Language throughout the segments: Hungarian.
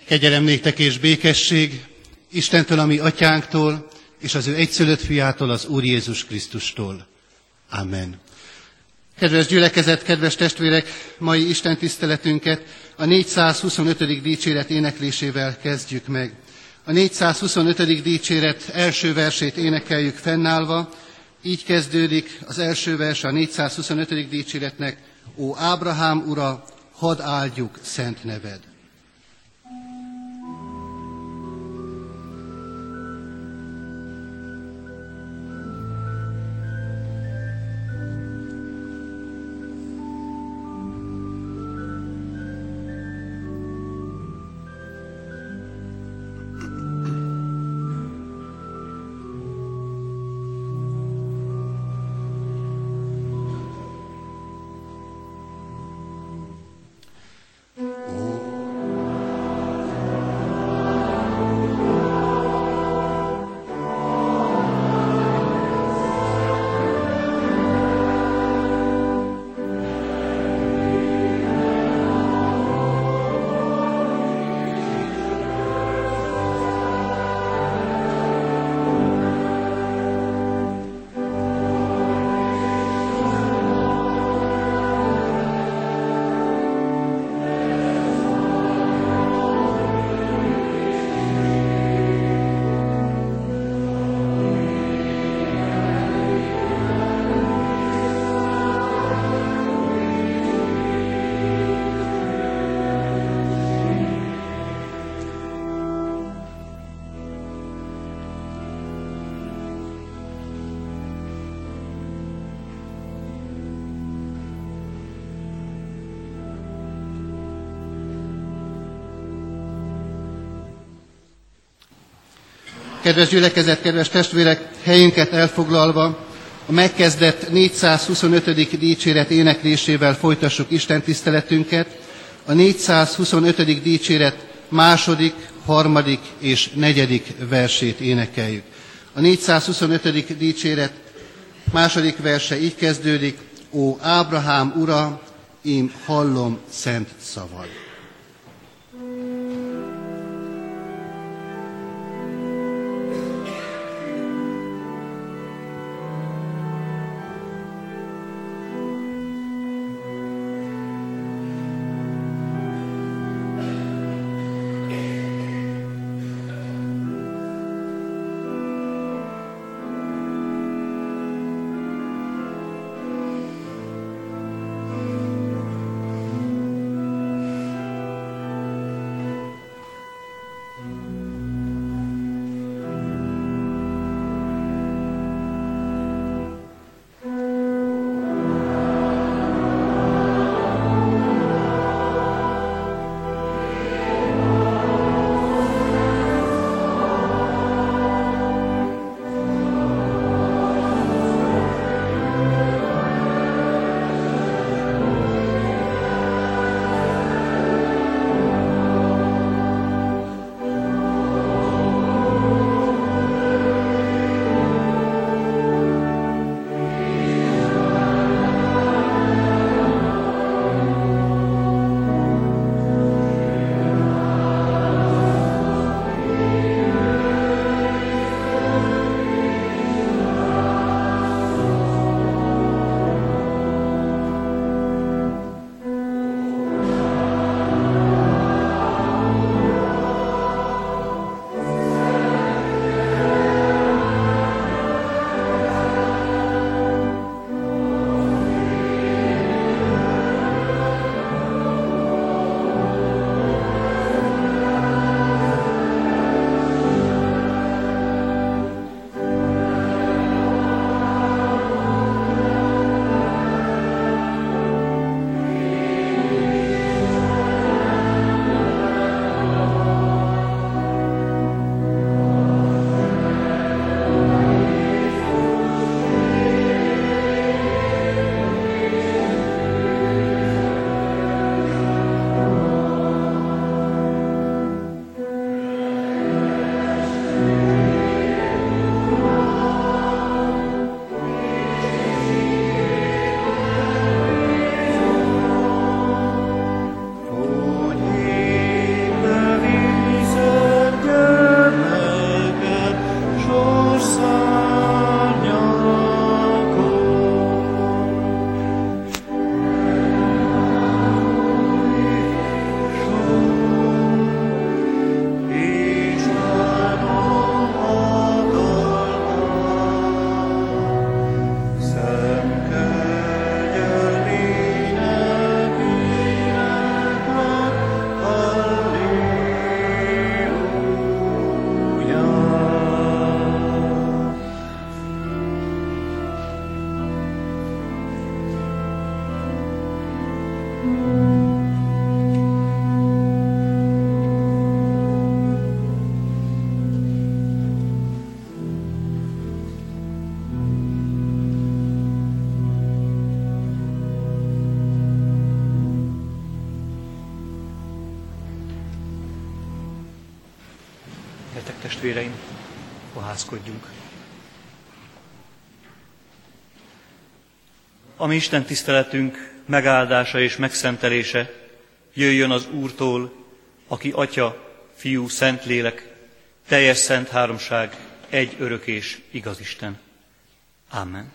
Kegyelem néktek és békesség Istentől, a mi atyánktól, és az ő egyszülött fiától, az Úr Jézus Krisztustól. Amen. Kedves gyülekezet, kedves testvérek, mai Isten tiszteletünket a 425. dicséret éneklésével kezdjük meg. A 425. dicséret első versét énekeljük fennállva. Így kezdődik az első vers a 425. dicséretnek: Ó Ábrahám ura, hadd áldjuk szent neved. Kedves gyülekezet, kedves testvérek, helyünket elfoglalva a megkezdett 425. dicséret éneklésével folytassuk Isten tiszteletünket. A 425. dicséret második, harmadik és negyedik versét énekeljük. A 425. dicséret második verse így kezdődik: Ó Ábrahám ura, ím hallom szent szavad. Testvéreim, fohászkodjunk. A mi Isten tiszteletünk megáldása és megszentelése jöjjön az Úrtól, aki Atya, Fiú, Szentlélek, teljes szent háromság, egy örök és igaz Isten. Amen.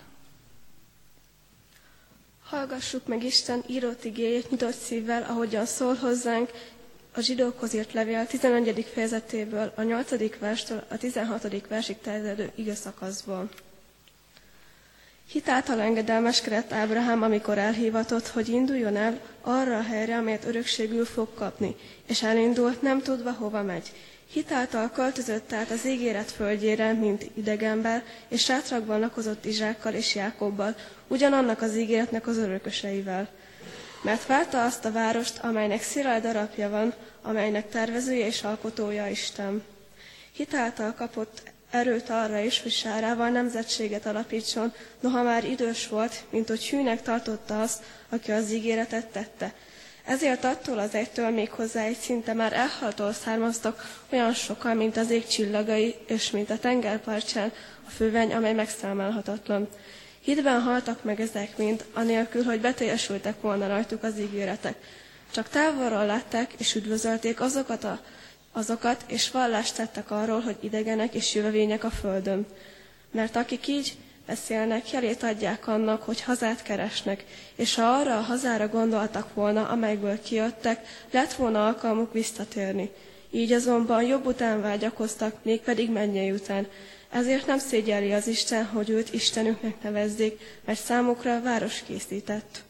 Hallgassuk meg Isten írott igéjét nyitott szívvel, ahogyan szól hozzánk a zsidókhoz írt levél 11. fejezetéből, a 8. verstől a 16. versig terjedő igeszakaszból. Hit által engedelmeskedett Ábrahám, amikor elhivatott, hogy induljon el arra a helyre, amelyet örökségül fog kapni, és elindult, nem tudva, hova megy. Hit által költözött át az ígéret földjére, mint idegenber, és sátrakban lakozott Izsákkal és Jákobbal, ugyanannak az ígéretnek az örököseivel. Mert várta azt a várost, amelynek szilárd alapja van, amelynek tervezője és alkotója Isten. Hit által kapott erőt arra is, hogy Sárával nemzetséget alapítson, noha már idős volt, mint hogy hűnek tartotta azt, aki az ígéretet tette. Ezért attól az egytől még hozzá egy szinte már elhaltól származtak olyan sokan, mint az ég csillagai, és mint a tengerpartján a főveny, amely megszámolhatatlan. Hitben haltak meg ezek mind, anélkül, hogy beteljesültek volna rajtuk az ígéretek. Csak távolról látták és üdvözölték azokat, és vallást tettek arról, hogy idegenek és jövevények a földön. Mert akik így beszélnek, jelét adják annak, hogy hazát keresnek, és ha arra a hazára gondoltak volna, amelyből kijöttek, lett volna alkalmuk visszatérni. Így azonban jobb után vágyakoztak, mégpedig mennyei után. Ezért nem szégyelli az Isten, hogy őt Istenüknek nevezzék, mert számukra város készített.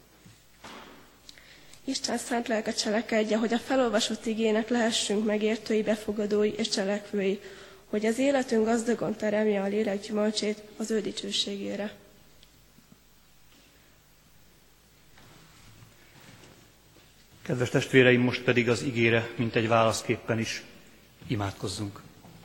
Isten szent lelke cselekedje, hogy a felolvasott igének lehessünk megértői, befogadói és cselekvői, hogy az életünk gazdagon teremje a lélek gyümölcsét az ő dicsőségére. Kedves testvéreim, most pedig az igére, mint egy válaszképpen is imádkozzunk.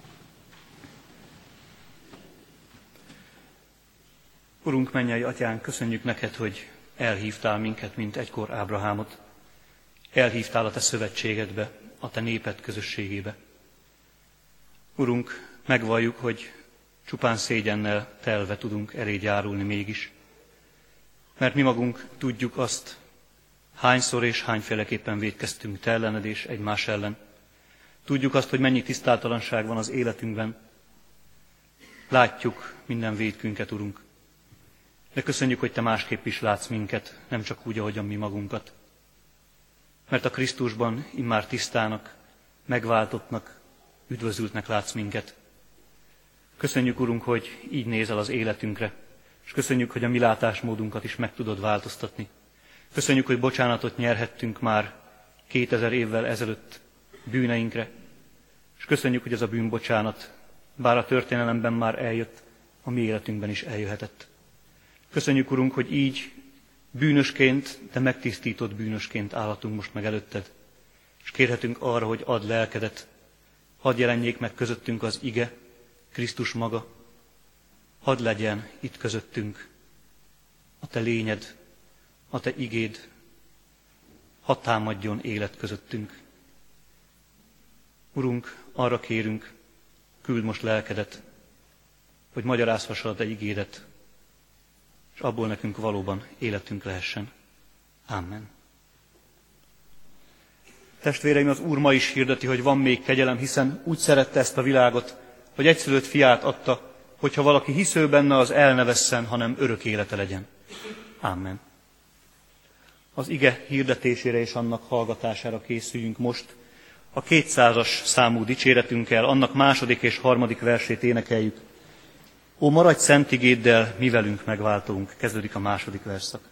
Urunk, mennyei Atyánk, köszönjük neked, hogy elhívtál minket, mint egykor Ábrahámot. Elhívtál a te szövetségedbe, a te néped közösségébe. Urunk, megvalljuk, hogy csupán szégyennel telve tudunk eléd járulni mégis. Mert mi magunk tudjuk azt, hányszor és hányféleképpen vétkeztünk te ellened és egymás ellen. Tudjuk azt, hogy mennyi tisztátalanság van az életünkben. Látjuk minden vétkünket, Urunk. De köszönjük, hogy te másképp is látsz minket, nem csak úgy, ahogyan mi magunkat. Mert a Krisztusban immár tisztának, megváltottnak, üdvözültnek látsz minket. Köszönjük, Urunk, hogy így nézel az életünkre, és köszönjük, hogy a mi látásmódunkat is meg tudod változtatni. Köszönjük, hogy bocsánatot nyerhettünk már 2000 évvel ezelőtt bűneinkre, és köszönjük, hogy ez a bűnbocsánat, bár a történelemben már eljött, a mi életünkben is eljöhetett. Köszönjük, Urunk, hogy így bűnösként, de megtisztított bűnösként állhatunk most meg előtted, és kérhetünk arra, hogy add lelkedet, hadd jelenjék meg közöttünk az ige, Krisztus maga, hadd legyen itt közöttünk a te lényed, a te igéd, hadd támadjon élet közöttünk. Urunk, arra kérünk, küld most lelkedet, hogy magyarázhassa a te igédet, és abból nekünk valóban életünk lehessen. Amen. Testvéreim, az Úr ma is hirdeti, hogy van még kegyelem, hiszen úgy szerette ezt a világot, hogy egyszülött fiát adta, hogyha valaki hisző benne, az el ne vesszen, hanem örök élete legyen. Amen. Az ige hirdetésére és annak hallgatására készüljünk most. A 200-as számú dicséretünkkel, annak 2. és 3. versét énekeljük. Ó, maradj szent igéddel, mi velünk megváltunk. Kezdődik a 2. verszak.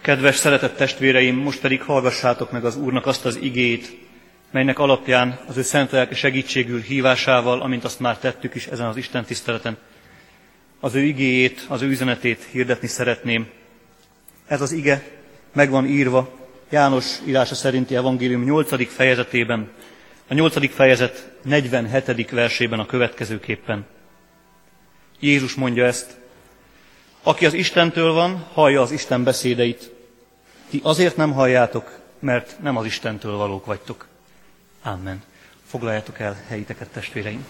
Kedves, szeretett testvéreim, most pedig hallgassátok meg az Úrnak azt az igét, melynek alapján az ő szent lelke segítségül hívásával, amint azt már tettük is ezen az Isten tiszteleten, az ő igéjét, az ő üzenetét hirdetni szeretném. Ez az ige meg van írva János írása szerinti evangélium 8. fejezetében, a 8. fejezet 47. versében a következőképpen. Jézus mondja ezt: aki az Istentől van, hallja az Isten beszédeit. Ti azért nem halljátok, mert nem az Istentől valók vagytok. Amen. Foglaljátok el helyiteket, testvéreim.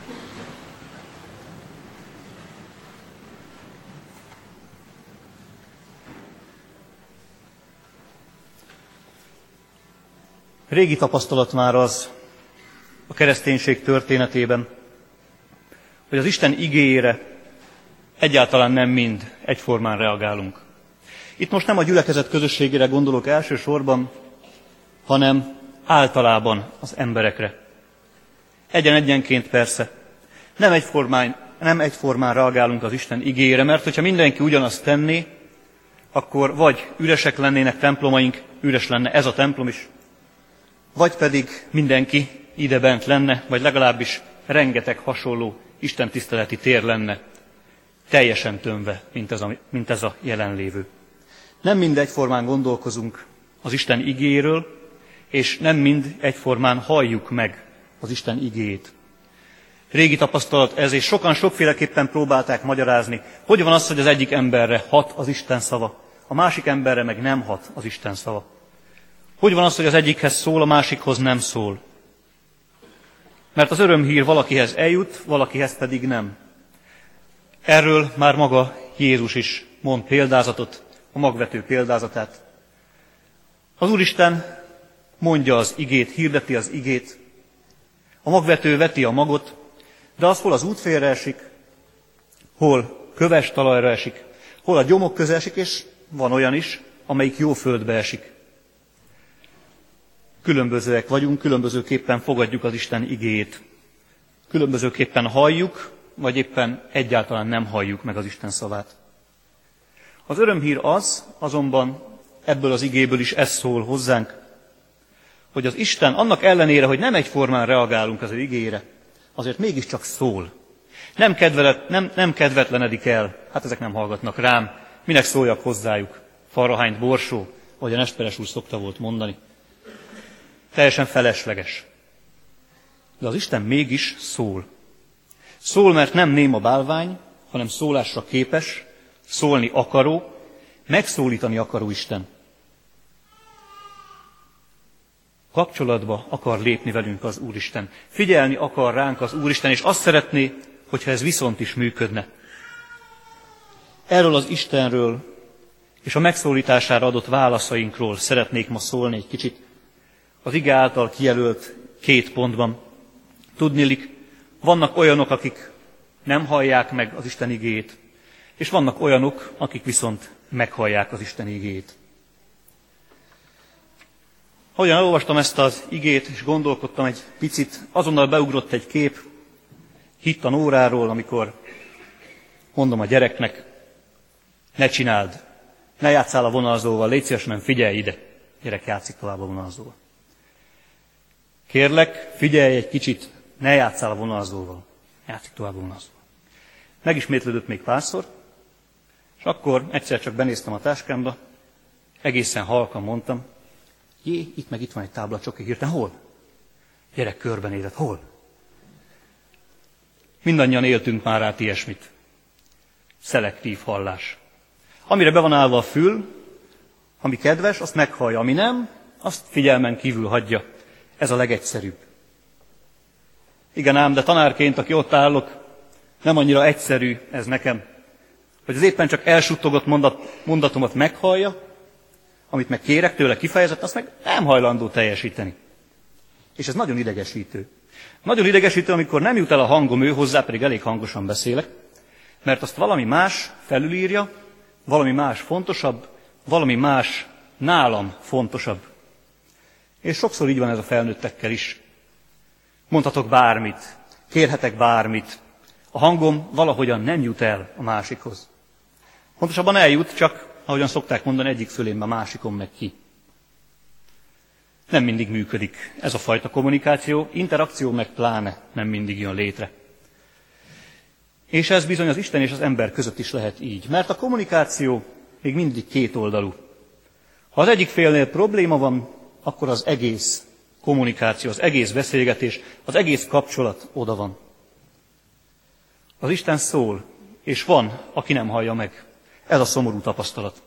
Régi tapasztalat már az a kereszténység történetében, hogy az Isten igéjére egyáltalán nem mind egyformán reagálunk. Itt most nem a gyülekezet közösségére gondolok elsősorban, hanem általában az emberekre. Egyen-egyenként persze. Nem egyformán reagálunk az Isten igéjére, mert hogyha mindenki ugyanazt tenné, akkor vagy üresek lennének templomaink, üres lenne ez a templom is, vagy pedig mindenki ide-bent lenne, vagy legalábbis rengeteg hasonló istentiszteleti tér lenne, teljesen tömve, mint ez a jelenlévő. Nem mind egyformán gondolkozunk az Isten igéről, és nem mind egyformán halljuk meg az Isten igéjét. Régi tapasztalat ez, és sokan sokféleképpen próbálták magyarázni, hogy van az, hogy az egyik emberre hat az Isten szava, a másik emberre meg nem hat az Isten szava. Hogy van az, hogy az egyikhez szól, a másikhoz nem szól? Mert az örömhír valakihez eljut, valakihez pedig nem. Erről már maga Jézus is mond példázatot, a magvető példázatát. Az Úristen mondja az igét, hirdeti az igét, a magvető veti a magot, de az hol az útfélre esik, hol köves talajra esik, hol a gyomok köze esik, és van olyan is, amelyik jó földbe esik. Különbözőek vagyunk, különbözőképpen fogadjuk az Isten igéjét. Különbözőképpen halljuk, vagy éppen egyáltalán nem halljuk meg az Isten szavát. Az örömhír az, azonban ebből az igéből is ez szól hozzánk, hogy az Isten annak ellenére, hogy nem egyformán reagálunk az ő igére, azért mégiscsak szól. Nem kedvetlenedik el, hát ezek nem hallgatnak rám, minek szóljak hozzájuk, farrahányt borsó, ahogy a Nesperes úr szokta volt mondani. Teljesen felesleges. De az Isten mégis szól. Szól, mert nem néma bálvány, hanem szólásra képes, szólni akaró, megszólítani akaró Isten. Kapcsolatba akar lépni velünk az Úristen. Figyelni akar ránk az Úristen, és azt szeretné, hogyha ez viszont is működne. Erről az Istenről és a megszólítására adott válaszainkról szeretnék ma szólni egy kicsit. Az ige által kijelölt 2 pontban. Tudniillik, vannak olyanok, akik nem hallják meg az Isten igéjét, és vannak olyanok, akik viszont meghallják az Isten igéjét. Ahogyan elolvastam ezt az igét, és gondolkodtam egy picit, azonnal beugrott egy kép hittan óráról, amikor mondom a gyereknek, ne csináld, ne játsszál a vonalzóval, légy szívesen, figyelj ide. Gyerek játszik tovább a vonalzóval. Kérlek, figyelj egy kicsit, ne játsszál a vonalzóval. Játszik tovább a vonalzóval. Megismétlődött még párszor, és akkor egyszer csak benéztem a táskámba, egészen halkan mondtam, itt meg itt van egy tábla csoki, hirtelen hol? Gyerek körbenézett, hol? Mindannyian éltünk már át ilyesmit. Szelektív hallás. Amire be van állva a fül, ami kedves, azt meghallja, ami nem, azt figyelmen kívül hagyja. Ez a legegyszerűbb. Igen ám, de tanárként, aki ott állok, nem annyira egyszerű ez nekem, hogy az éppen csak elsuttogott mondatomat meghallja, amit meg kérek tőle kifejezett, azt meg nem hajlandó teljesíteni. És ez nagyon idegesítő. Nagyon idegesítő, amikor nem jut el a hangom ő hozzá, pedig elég hangosan beszélek, mert azt valami más felülírja, valami más fontosabb, valami más nálam fontosabb. És sokszor így van ez a felnőttekkel is. Mondhatok bármit, kérhetek bármit, a hangom valahogyan nem jut el a másikhoz. Pontosabban eljut, csak ahogyan szokták mondani, egyik fölénbe, másikon meg ki. Nem mindig működik ez a fajta kommunikáció, interakció meg pláne nem mindig jön létre. És ez bizony az Isten és az ember között is lehet így, mert a kommunikáció még mindig kétoldalú. Ha az egyik félnél probléma van, akkor az egész kommunikáció, az egész beszélgetés, az egész kapcsolat oda van. Az Isten szól, és van, aki nem hallja meg. Ez a szomorú tapasztalat.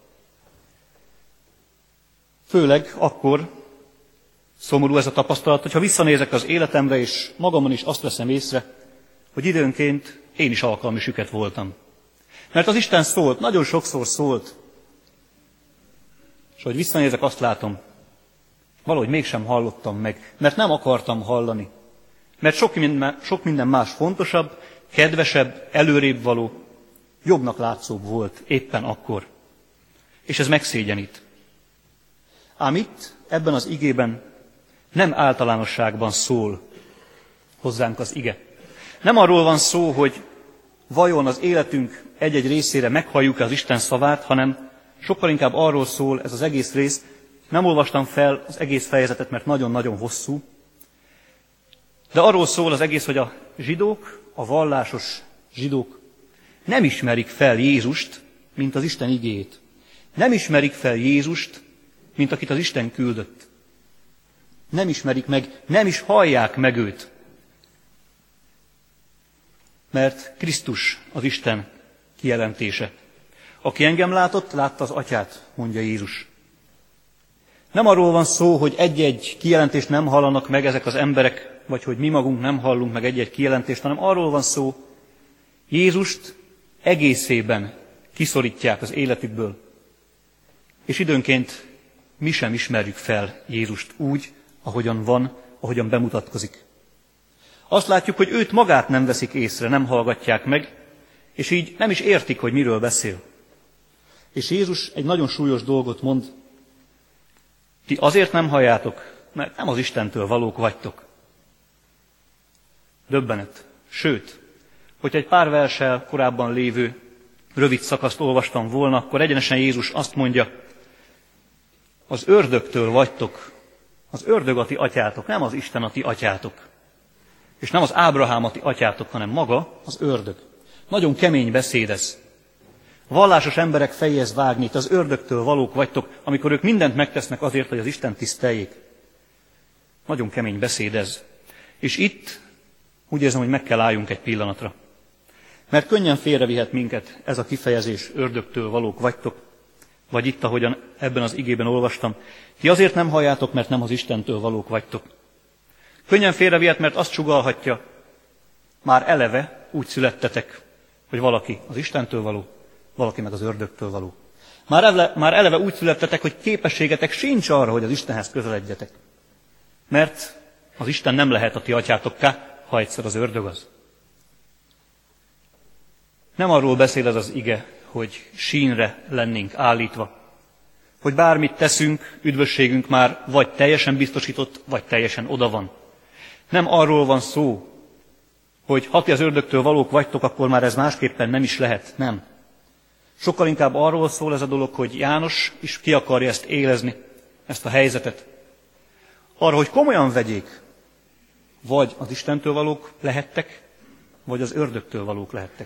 Főleg akkor szomorú ez a tapasztalat, hogyha visszanézek az életemre, és magamon is azt veszem észre, hogy időnként én is alkalmi süket voltam. Mert az Isten szólt, nagyon sokszor szólt, és hogy visszanézek, azt látom, valahogy mégsem hallottam meg, mert nem akartam hallani. Mert sok minden más fontosabb, kedvesebb, előrébb való, jobbnak látszóbb volt éppen akkor. És ez megszégyenít. Ám itt, ebben az igében nem általánosságban szól hozzánk az ige. Nem arról van szó, hogy vajon az életünk egy-egy részére meghalljuk-e az Isten szavát, hanem sokkal inkább arról szól ez az egész rész. Nem olvastam fel az egész fejezetet, mert nagyon-nagyon hosszú, de arról szól az egész, hogy a zsidók, a vallásos zsidók nem ismerik fel Jézust, mint az Isten igéjét. Nem ismerik fel Jézust, mint akit az Isten küldött. Nem ismerik meg, nem is hallják meg őt. Mert Krisztus az Isten kijelentése. Aki engem látott, látta az Atyát, mondja Jézus. Nem arról van szó, hogy egy-egy kijelentést nem hallanak meg ezek az emberek, vagy hogy mi magunk nem hallunk meg egy-egy kijelentést, hanem arról van szó, Jézust egészében kiszorítják az életükből. És időnként mi sem ismerjük fel Jézust úgy, ahogyan van, ahogyan bemutatkozik. Azt látjuk, hogy őt magát nem veszik észre, nem hallgatják meg, és így nem is értik, hogy miről beszél. És Jézus egy nagyon súlyos dolgot mond. Ti azért nem halljátok, mert nem az Istentől valók vagytok. Döbbenet. Sőt, hogyha egy pár verssel korábban lévő rövid szakaszt olvastam volna, akkor egyenesen Jézus azt mondja, az ördögtől vagytok, az ördög a ti atyátok, nem az Isten a ti atyátok. És nem az Ábrahám a ti atyátok, hanem maga az ördög. Nagyon kemény beszéd ez. A vallásos emberek fejéhez vágni, az ördögtől valók vagytok, amikor ők mindent megtesznek azért, hogy az Isten tiszteljék. Nagyon kemény beszéd ez. És itt úgy érzem, hogy meg kell álljunk egy pillanatra. Mert könnyen félrevihet minket ez a kifejezés, ördögtől valók vagytok, vagy itt, ahogyan ebben az igében olvastam, ti azért nem halljátok, mert nem az Istentől valók vagytok. Könnyen félrevihet, mert azt sugallhatja, már eleve úgy születtetek, hogy valaki az Istentől való, valaki meg az ördögtől való. Már eleve úgy születtetek, hogy képességetek sincs arra, hogy az Istenhez közeledjetek. Mert az Isten nem lehet a ti atyátokká, ha egyszer az ördög az. Nem arról beszél ez az ige, hogy sínre lennénk állítva, hogy bármit teszünk, üdvösségünk már vagy teljesen biztosított, vagy teljesen oda van. Nem arról van szó, hogy ha ti az ördögtől valók vagytok, akkor már ez másképpen nem is lehet, nem. Sokkal inkább arról szól ez a dolog, hogy János is ki akarja ezt élezni, ezt a helyzetet. Arra, hogy komolyan vegyék, vagy az Istentől valók lehettek, vagy az ördögtől valók lehettek.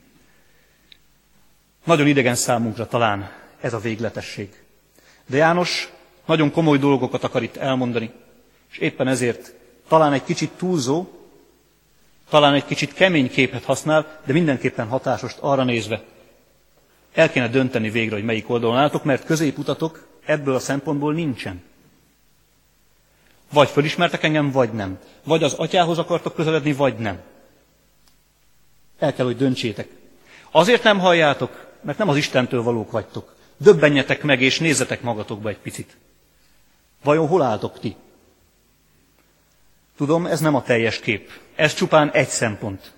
Nagyon idegen számunkra talán ez a végletesség. De János nagyon komoly dolgokat akar itt elmondani, és éppen ezért talán egy kicsit túlzó, talán egy kicsit kemény képet használ, de mindenképpen hatásost arra nézve. El kéne dönteni végre, hogy melyik oldalon álltok, mert középutatok ebből a szempontból nincsen. Vagy fölismertek engem, vagy nem. Vagy az atyához akartok közeledni, vagy nem. El kell, hogy döntsétek. Azért nem halljátok, mert nem az Istentől valók vagytok. Döbbenjetek meg, és nézzetek magatokba egy picit. Vajon hol álltok ti? Tudom, ez nem a teljes kép. Ez csupán egy szempont.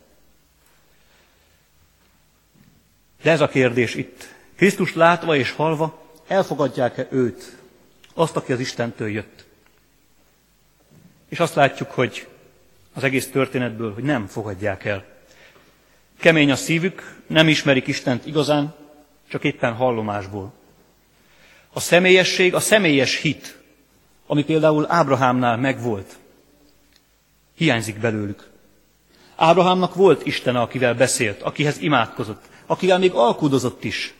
De ez a kérdés itt. Krisztust látva és hallva, elfogadják-e őt, azt, aki az Istentől jött? És azt látjuk, hogy az egész történetből, hogy nem fogadják el. Kemény a szívük, nem ismerik Istent igazán, csak éppen hallomásból. A személyesség, a személyes hit, ami például Ábrahámnál megvolt, hiányzik belőlük. Ábrahámnak volt Istene, akivel beszélt, akihez imádkozott, akivel még alkudozott is.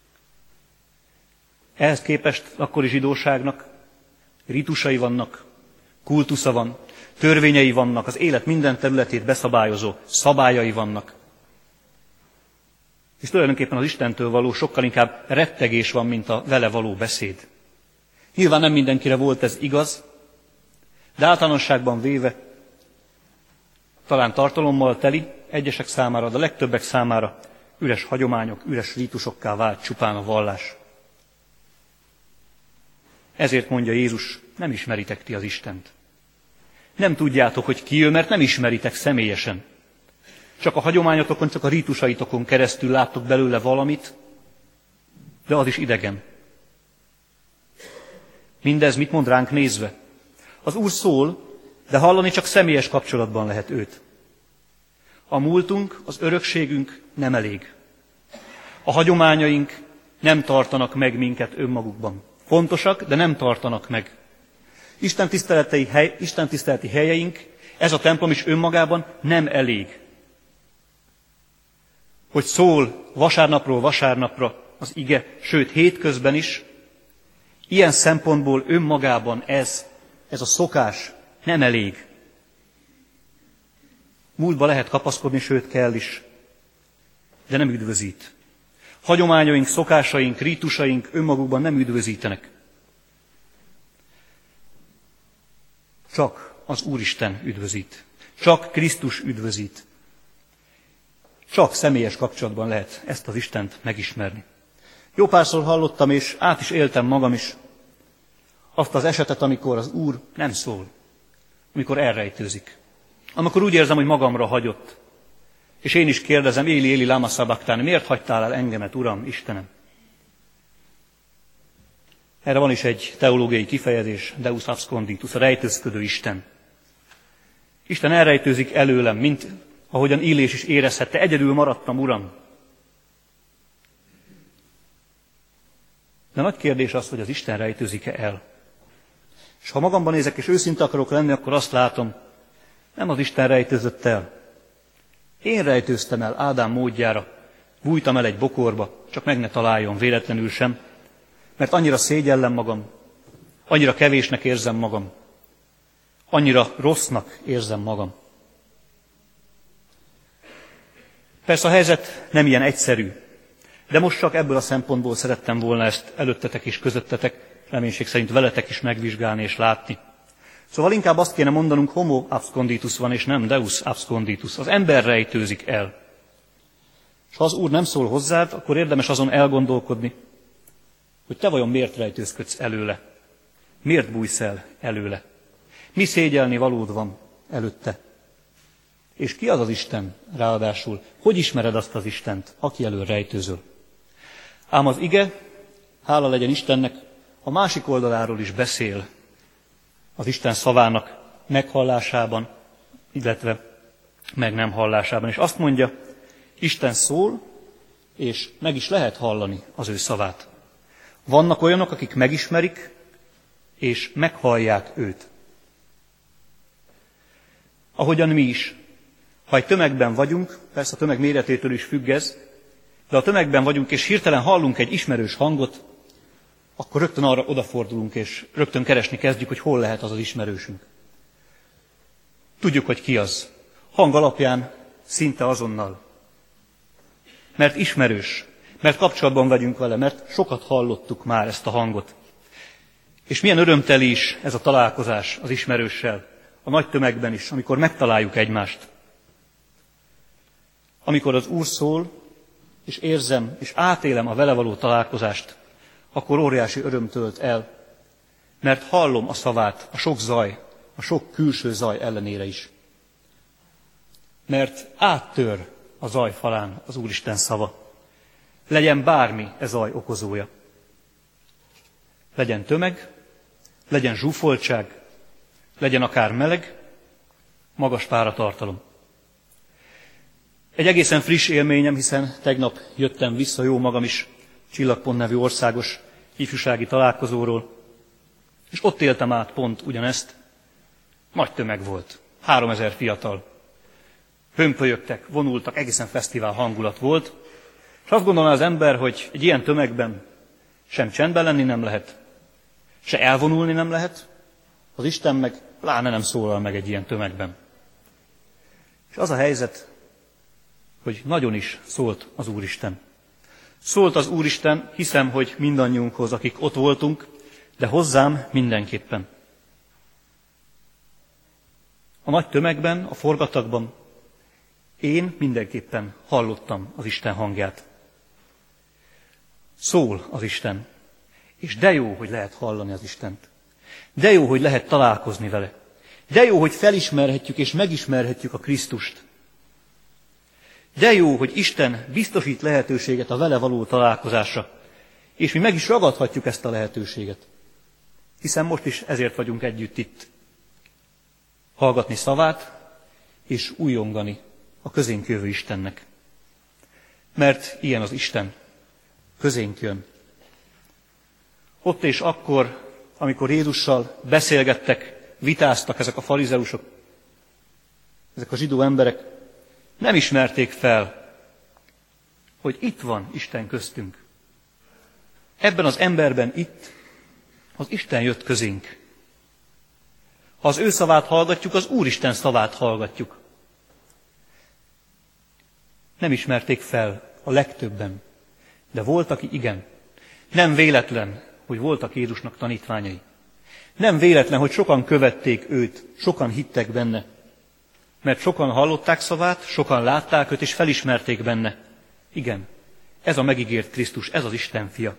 Ehhez képest akkori zsidóságnak ritusai vannak, kultusza van, törvényei vannak, az élet minden területét beszabályozó szabályai vannak. És tulajdonképpen az Istentől való sokkal inkább rettegés van, mint a vele való beszéd. Nyilván nem mindenkire volt ez igaz, de általánosságban véve talán tartalommal teli, egyesek számára, de a legtöbbek számára üres hagyományok, üres rítusokká vált csupán a vallás. Ezért mondja Jézus, nem ismeritek ti az Istent. Nem tudjátok, hogy ki ő, mert nem ismeritek személyesen. Csak a hagyományotokon, csak a rítusaitokon keresztül láttok belőle valamit, de az is idegen. Mindez mit mond ránk nézve? Az Úr szól, de hallani csak személyes kapcsolatban lehet őt. A múltunk, az örökségünk nem elég. A hagyományaink nem tartanak meg minket önmagukban. Fontosak, de nem tartanak meg. Isten tiszteleti helyeink, ez a templom is önmagában nem elég. Hogy szól vasárnapról vasárnapra az ige, sőt hétközben is, ilyen szempontból önmagában ez a szokás nem elég. Múltba lehet kapaszkodni, sőt kell is, de nem üdvözít. Hagyományaink, szokásaink, rítusaink önmagukban nem üdvözítenek. Csak az Úristen üdvözít. Csak Krisztus üdvözít. Csak személyes kapcsolatban lehet ezt az Istent megismerni. Jó párszor hallottam, és át is éltem magam is azt az esetet, amikor az Úr nem szól, amikor elrejtőzik. Amikor úgy érzem, hogy magamra hagyott. És én is kérdezem, Éli, Éli, lama sabachthani, miért hagytál el engemet, Uram, Istenem? Erre van is egy teológiai kifejezés, Deus absconditus, a rejtőzködő Isten. Isten elrejtőzik előlem, mint ahogyan Illés is érezhette, egyedül maradtam, Uram. De nagy kérdés az, hogy az Isten rejtőzik-e el. És ha magamban nézek, és őszinte akarok lenni, akkor azt látom, nem az Isten rejtőzött el. Én rejtőztem el Ádám módjára, bújtam el egy bokorba, csak meg ne találjon véletlenül sem, mert annyira szégyellem magam, annyira kevésnek érzem magam, annyira rossznak érzem magam. Persze a helyzet nem ilyen egyszerű, de most csak ebből a szempontból szerettem volna ezt előttetek és közöttetek, reménység szerint veletek is megvizsgálni és látni. Szóval inkább azt kéne mondanunk, homo absconditus van, és nem deus absconditus. Az ember rejtőzik el. És ha az Úr nem szól hozzád, akkor érdemes azon elgondolkodni, hogy te vajon miért rejtőzködsz előle. Miért bújsz el előle? Mi szégyelni valód van előtte? És ki az az Isten ráadásul? Hogy ismered azt az Istent, aki elől rejtőzöl? Ám az ige, hála legyen Istennek, a másik oldaláról is beszél az Isten szavának meghallásában, illetve meg nem hallásában. És azt mondja, Isten szól, és meg is lehet hallani az ő szavát. Vannak olyanok, akik megismerik, és meghallják őt. Ahogyan mi is. Ha egy tömegben vagyunk, persze a tömeg méretétől is függ ez, de ha tömegben vagyunk, és hirtelen hallunk egy ismerős hangot, akkor rögtön arra odafordulunk, és rögtön keresni kezdjük, hogy hol lehet az az ismerősünk. Tudjuk, hogy ki az. Hang alapján szinte azonnal. Mert ismerős, mert kapcsolatban vagyunk vele, mert sokat hallottuk már ezt a hangot. És milyen örömteli is ez a találkozás az ismerőssel, a nagy tömegben is, amikor megtaláljuk egymást. Amikor az Úr szól, és érzem, és átélem a vele való találkozást, akkor óriási öröm tölt el, mert hallom a szavát, a sok zaj, a sok külső zaj ellenére is. Mert áttör a zaj falán az Úristen szava. Legyen bármi e zaj okozója. Legyen tömeg, legyen zsúfoltság, legyen akár meleg, magas páratartalom. Egy egészen friss élményem, hiszen tegnap jöttem vissza, jó magam is, Csillagpont nevű országos ifjúsági találkozóról, és ott éltem át pont ugyanezt. Nagy tömeg volt, 3000 fiatal. Hömpölyögtek, vonultak, egészen fesztivál hangulat volt, és azt gondolná az ember, hogy egy ilyen tömegben sem csendben lenni nem lehet, se elvonulni nem lehet, az Isten meg pláne nem szólal meg egy ilyen tömegben. És az a helyzet, hogy nagyon is szólt az Úristen. Szólt az Úristen, hiszem, hogy mindannyiunkhoz, akik ott voltunk, de hozzám mindenképpen. A nagy tömegben, a forgatagban én mindenképpen hallottam az Isten hangját. Szól az Isten, és de jó, hogy lehet hallani az Istent. De jó, hogy lehet találkozni vele. De jó, hogy felismerhetjük és megismerhetjük a Krisztust. De jó, hogy Isten biztosít lehetőséget a vele való találkozásra, és mi meg is ragadhatjuk ezt a lehetőséget. Hiszen most is ezért vagyunk együtt itt. Hallgatni szavát, és újongani a közénk jövő Istennek. Mert ilyen az Isten, közénk jön. Ott és akkor, amikor Jézussal beszélgettek, vitáztak ezek a farizeusok, ezek a zsidó emberek, nem ismerték fel, hogy itt van Isten köztünk. Ebben az emberben itt az Isten jött közénk. Ha az ő szavát hallgatjuk, az Úristen szavát hallgatjuk. Nem ismerték fel a legtöbben, de volt, aki igen. Nem véletlen, hogy voltak Jézusnak tanítványai. Nem véletlen, hogy sokan követték őt, sokan hittek benne. Mert sokan hallották szavát, sokan látták őt, és felismerték benne. Igen, ez a megígért Krisztus, ez az Isten fia.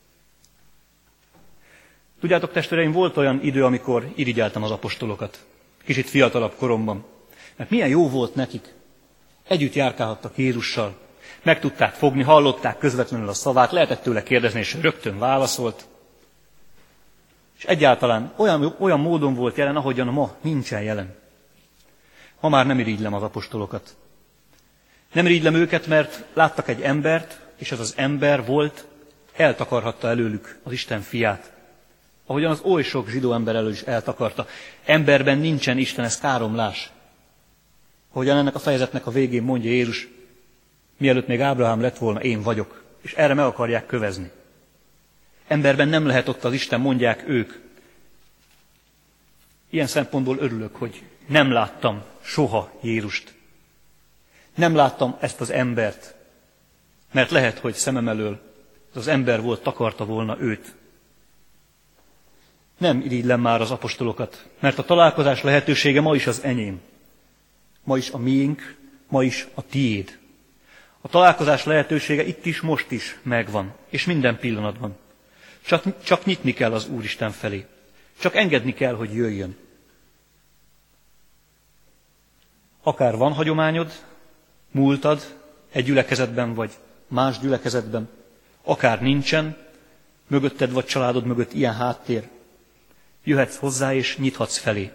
Tudjátok, testvéreim, volt olyan idő, amikor irigyeltem az apostolokat. Kicsit fiatalabb koromban. Mert milyen jó volt nekik. Együtt járkálhattak Jézussal. Meg tudták fogni, hallották közvetlenül a szavát, lehetett tőle kérdezni, és rögtön válaszolt. És egyáltalán olyan módon volt jelen, ahogyan ma nincsen jelen. Ma már nem irigylem az apostolokat. Nem irigylem őket, mert láttak egy embert, és ez az ember volt, eltakarhatta előlük az Isten fiát. Ahogyan az oly sok zsidó ember elől is eltakarta. Emberben nincsen Isten, ez káromlás. Ahogyan ennek a fejezetnek a végén mondja Jézus, mielőtt még Ábrahám lett volna, én vagyok. És erre meg akarják kövezni. Emberben nem lehet ott az Isten, mondják ők. Ilyen szempontból örülök, hogy nem láttam soha Jézust. Nem láttam ezt az embert, mert lehet, hogy szemem elől az ember volt, takarta volna őt. Nem irigylem már az apostolokat, mert a találkozás lehetősége ma is az enyém. Ma is a miénk, ma is a tiéd. A találkozás lehetősége itt is, most is megvan, és minden pillanatban. Csak nyitni kell az Úristen felé. Csak engedni kell, hogy jöjjön. Akár van hagyományod, múltad egy gyülekezetben vagy más gyülekezetben, akár nincsen, mögötted vagy családod mögött ilyen háttér, jöhetsz hozzá és nyithatsz felé.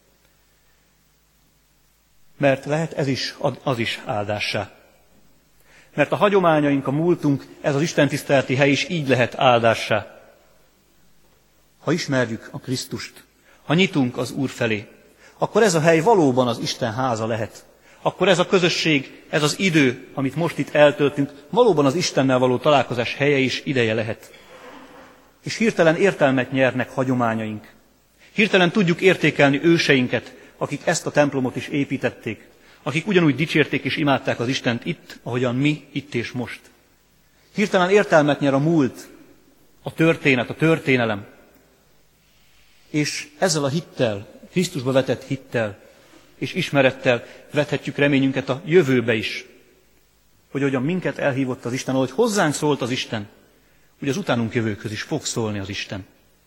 Mert lehet ez is, az is áldássá. Mert a hagyományaink, a múltunk, ez az istentiszteleti hely is így lehet áldássá. Ha ismerjük a Krisztust, ha nyitunk az Úr felé, akkor ez a hely valóban az Isten háza lehet. Akkor ez a közösség, ez az idő, amit most itt eltöltünk, valóban az Istennel való találkozás helye és ideje lehet. És hirtelen értelmet nyernek hagyományaink. Hirtelen tudjuk értékelni őseinket, akik ezt a templomot is építették, akik ugyanúgy dicsérték és imádták az Istent itt, ahogyan mi, itt és most. Hirtelen értelmet nyer a múlt, a történet, a történelem. És ezzel a hittel, Krisztusba vetett hittel és ismerettel vethetjük reményünket a jövőbe is. Hogy ahogyan minket elhívott az Isten, ahogy hozzánk szólt az Isten, hogy az utánunk jövőkhöz is fog szólni az Isten.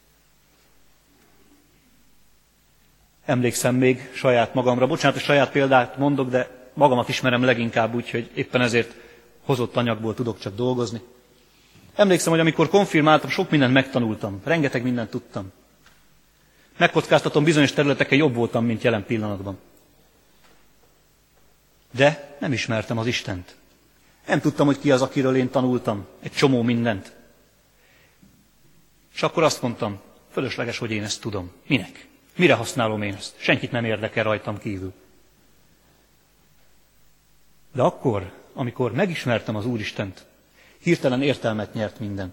Emlékszem még saját magamra, bocsánat, hogy saját példát mondok, de magamat ismerem leginkább úgy, hogy éppen ezért hozott anyagból tudok csak dolgozni. Emlékszem, hogy amikor konfirmáltam, sok mindent megtanultam, rengeteg mindent tudtam. Megkockáztatom, bizonyos területeken jobb voltam, mint jelen pillanatban. De nem ismertem az Istent. Nem tudtam, hogy ki az, akiről én tanultam egy csomó mindent. És akkor azt mondtam, fölösleges, hogy én ezt tudom. Minek? Mire használom én ezt? Senkit nem érdekel rajtam kívül. De akkor, amikor megismertem az Úristent, hirtelen értelmet nyert minden.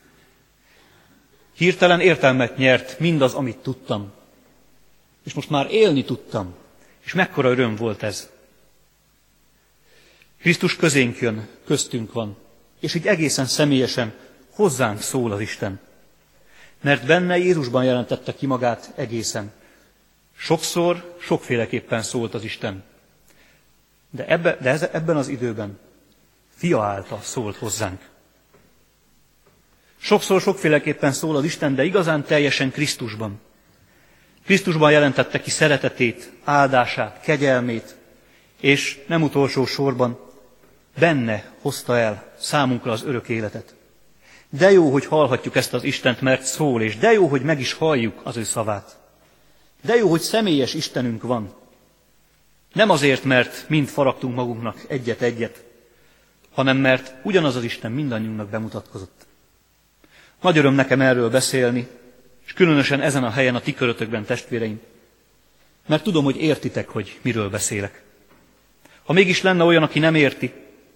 Hirtelen értelmet nyert mindaz, amit tudtam. És most már élni tudtam. És mekkora öröm volt ez. Krisztus közénk jön, köztünk van. És így egészen személyesen hozzánk szól az Isten. Mert benne Jézusban jelentette ki magát egészen. Sokszor, sokféleképpen szólt az Isten. De ebben az időben Fia által szólt hozzánk. Sokszor, sokféleképpen szól az Isten, de igazán teljesen Krisztusban. Krisztusban jelentette ki szeretetét, áldását, kegyelmét, és nem utolsó sorban benne hozta el számunkra az örök életet. De jó, hogy hallhatjuk ezt az Istent, mert szól, és de jó, hogy meg is halljuk az ő szavát. De jó, hogy személyes Istenünk van. Nem azért, mert mind faragtunk magunknak egyet-egyet, hanem mert ugyanaz az Isten mindannyiunknak bemutatkozott. Nagy öröm nekem erről beszélni, és különösen ezen a helyen a ti körötökben, testvéreim, mert tudom, hogy értitek, hogy miről beszélek. Ha mégis lenne olyan, aki nem érti,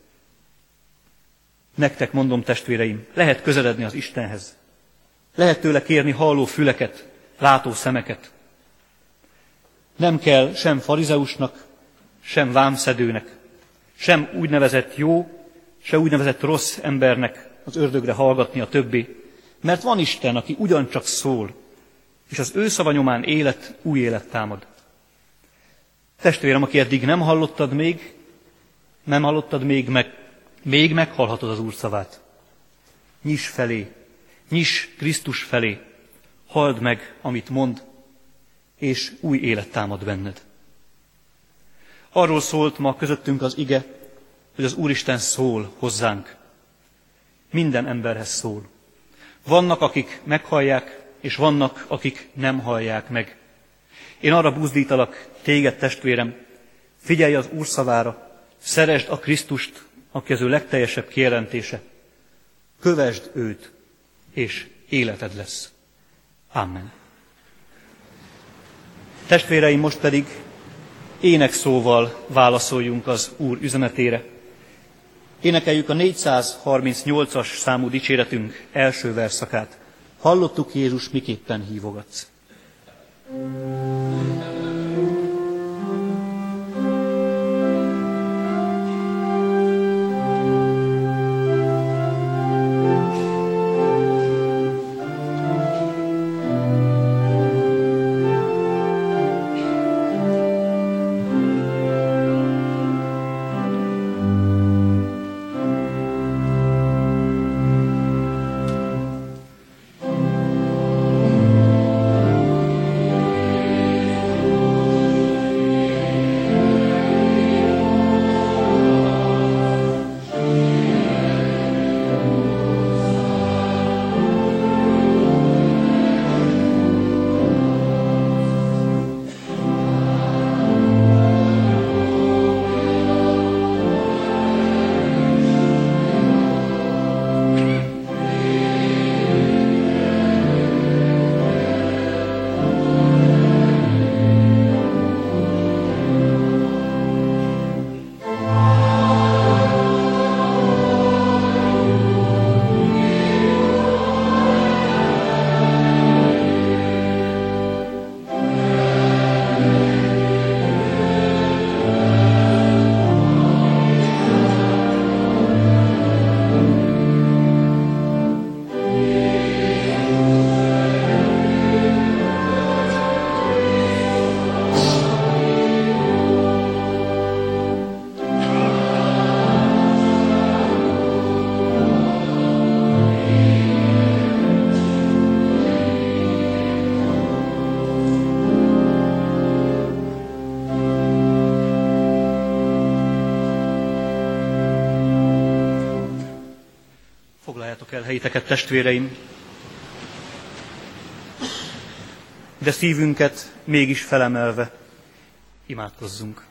nektek mondom, testvéreim, lehet közeledni az Istenhez. Lehet tőle kérni halló füleket, látó szemeket. Nem kell sem farizeusnak, sem vámszedőnek, sem úgynevezett jó, se úgynevezett rossz embernek az ördögre hallgatni a többi, mert van Isten, aki ugyancsak szól, és az ő szava nyomán új élet támad. Testvérem, aki eddig nem hallottad még, még meghallhatod az Úr szavát. Nyiss felé, nyiss Krisztus felé, halld meg, amit mond, és új élet támad benned. Arról szólt ma közöttünk az ige, hogy az Úristen szól hozzánk. Minden emberhez szól. Vannak, akik meghallják, és vannak, akik nem hallják meg. Én arra buzdítalak téged, testvérem, figyelj az Úr szavára, szeresd a Krisztust, aki az ő legteljesebb kijelentése. Kövesd őt, és életed lesz. Amen. Testvéreim, most pedig énekszóval válaszoljunk az Úr üzenetére. Énekeljük a 438-as számú dicséretünk első verszakát. Hallottuk, Jézus, miképpen hívogatsz. El helyiteket, testvéreim, de szívünket mégis felemelve imádkozzunk.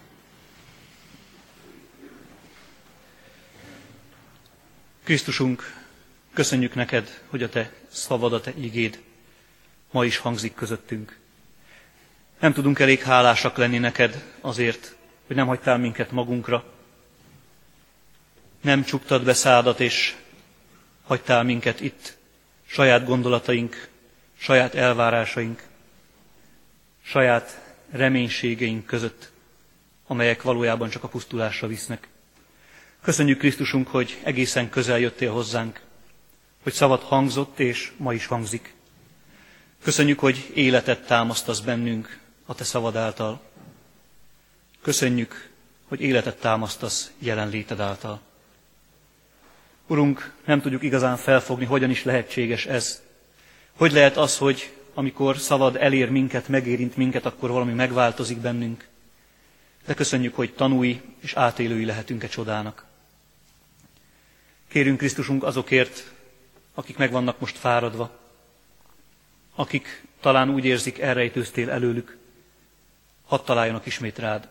Krisztusunk, Köszönjük neked, hogy a te szavad, a te igéd ma is hangzik közöttünk. Nem tudunk elég hálásak lenni neked azért, hogy nem hagytál minket magunkra. Nem csuktad be szádat, és hagytál minket itt saját gondolataink, saját elvárásaink, saját reménységeink között, amelyek valójában csak a pusztulásra visznek. Köszönjük, Krisztusunk, hogy egészen közel jöttél hozzánk, hogy szavad hangzott, és ma is hangzik. Köszönjük, hogy életet támasztasz bennünk a te szavad által. Köszönjük, hogy életet támasztasz jelenléted által. Urunk, nem tudjuk igazán felfogni, hogyan is lehetséges ez. Hogy lehet az, hogy amikor szavad elér minket, megérint minket, akkor valami megváltozik bennünk. De köszönjük, hogy tanúi és átélői lehetünk-e csodának. Kérünk, Krisztusunk, azokért, akik meg vannak most fáradva, akik talán úgy érzik, elrejtőztél előlük, hadd találjanak ismét rád.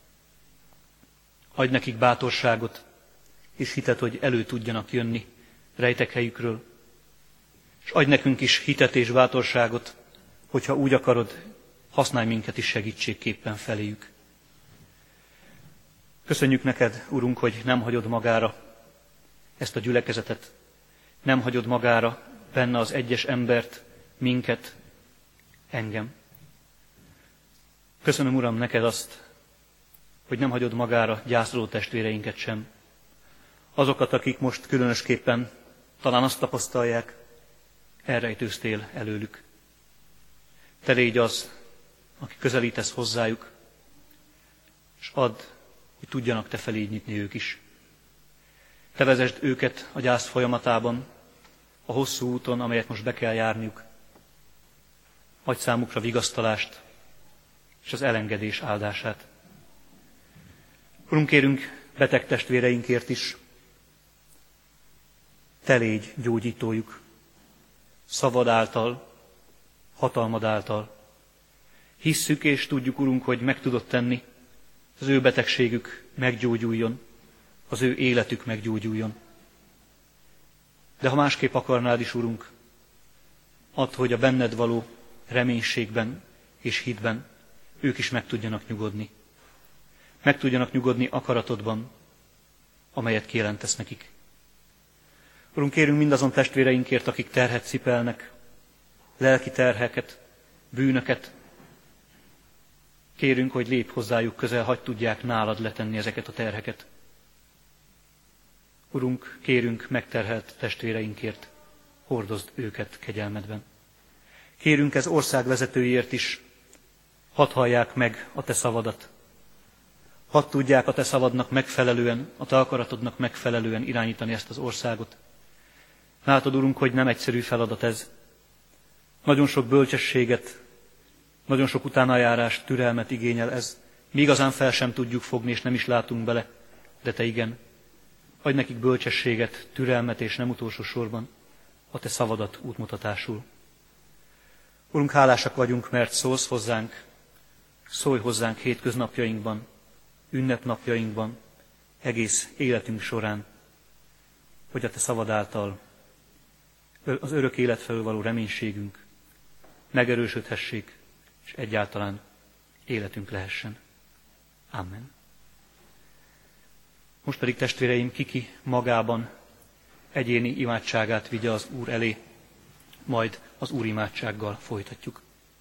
Adj nekik bátorságot, és hitet, hogy elő tudjanak jönni rejtek helyükről. És adj nekünk is hitet és bátorságot, hogyha úgy akarod, használj minket is segítségképpen feléjük. Köszönjük neked, Urunk, hogy nem hagyod magára ezt a gyülekezetet, nem hagyod magára benne az egyes embert, minket, engem. Köszönöm, Uram, neked azt, hogy nem hagyod magára gyászoló testvéreinket sem. Azokat, akik most különösképpen talán azt tapasztalják, elrejtőztél előlük. Te légy az, aki közelítesz hozzájuk, és add, hogy tudjanak te feléd nyitni ők is. Te vezesd őket a gyász folyamatában, a hosszú úton, amelyet most be kell járniuk. Adj számukra vigasztalást és az elengedés áldását. Urunk, kérünk beteg testvéreinkért is, te légy gyógyítójuk, szavad által, hatalmad által. Hisszük és tudjuk, Urunk, hogy meg tudod tenni, az ő betegségük meggyógyuljon, az ő életük meggyógyuljon. De ha másképp akarnád is, Urunk, add, hogy a benned való reménységben és hitben ők is meg tudjanak nyugodni. Meg tudjanak nyugodni akaratodban, amelyet kijelentesz nekik. Urunk, kérünk mindazon testvéreinkért, akik terhet cipelnek, lelki terheket, bűnöket. Kérünk, hogy lépj hozzájuk közel, hadd tudják nálad letenni ezeket a terheket. Urunk, kérünk megterhelt testvéreinkért, hordozd őket kegyelmedben. Kérünk ez ország vezetőiért is, hadd hallják meg a te szavadat. Hadd tudják a te szavadnak megfelelően, a te akaratodnak megfelelően irányítani ezt az országot. Látod, Urunk, hogy nem egyszerű feladat ez. Nagyon sok bölcsességet, nagyon sok utánajárást, türelmet igényel ez. Mi igazán fel sem tudjuk fogni, és nem is látunk bele, de te igen. Adj nekik bölcsességet, türelmet, és nem utolsó sorban a te szavadat útmutatásul. Urunk, hálásak vagyunk, mert szólsz hozzánk, szólj hozzánk hétköznapjainkban, ünnepnapjainkban, egész életünk során, hogy a te szavad által az örök élet felől való reménységünk megerősödhessék, és egyáltalán életünk lehessen. Amen. Most pedig, testvéreim, kiki magában egyéni imádságát vigye az Úr elé, majd az Úr imádsággal folytatjuk.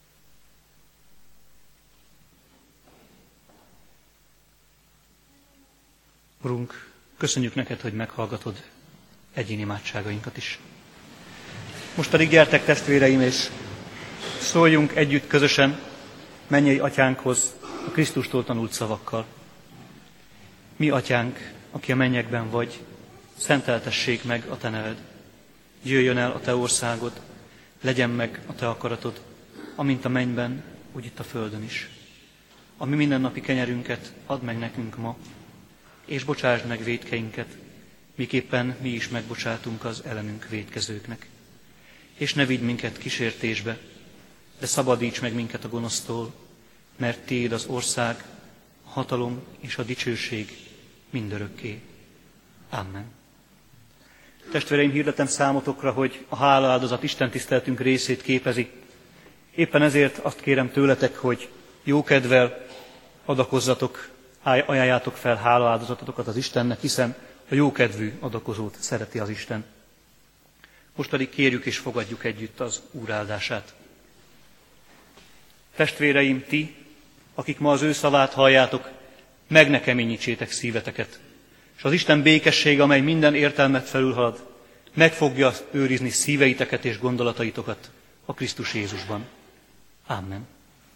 Urunk, köszönjük neked, hogy meghallgatod egyéni imádságainkat is. Most pedig gyertek, testvéreim, és szóljunk együtt közösen mennyei atyánkhoz a Krisztustól tanult szavakkal. Mi, atyánk, aki a mennyekben vagy, szenteltessék meg a te neved. Jöjjön el a te országod, legyen meg a te akaratod, amint a mennyben, úgy itt a földön is. A mi mindennapi kenyerünket add meg nekünk ma, és bocsásd meg vétkeinket, miképpen mi is megbocsátunk az ellenünk vétkezőknek. És ne vigy minket kísértésbe, de szabadíts meg minket a gonosztól, mert tiéd az ország, a hatalom és a dicsőség mindörökké. Amen. Testvéreim, hirdetem számotokra, hogy a hálaáldozat Isten tiszteletünk részét képezi. Éppen ezért azt kérem tőletek, hogy jókedvel adakozzatok, ajánljátok fel hálaáldozatotokat az Istennek, hiszen a jókedvű adakozót szereti az Isten. Most pedig kérjük és fogadjuk együtt az Úr áldását. Testvéreim, ti, akik ma az ő szavát halljátok, meg ne keményítsétek szíveteket, és az Isten békessége, amely minden értelmet felülhalad, meg fogja őrizni szíveiteket és gondolataitokat a Krisztus Jézusban. Amen.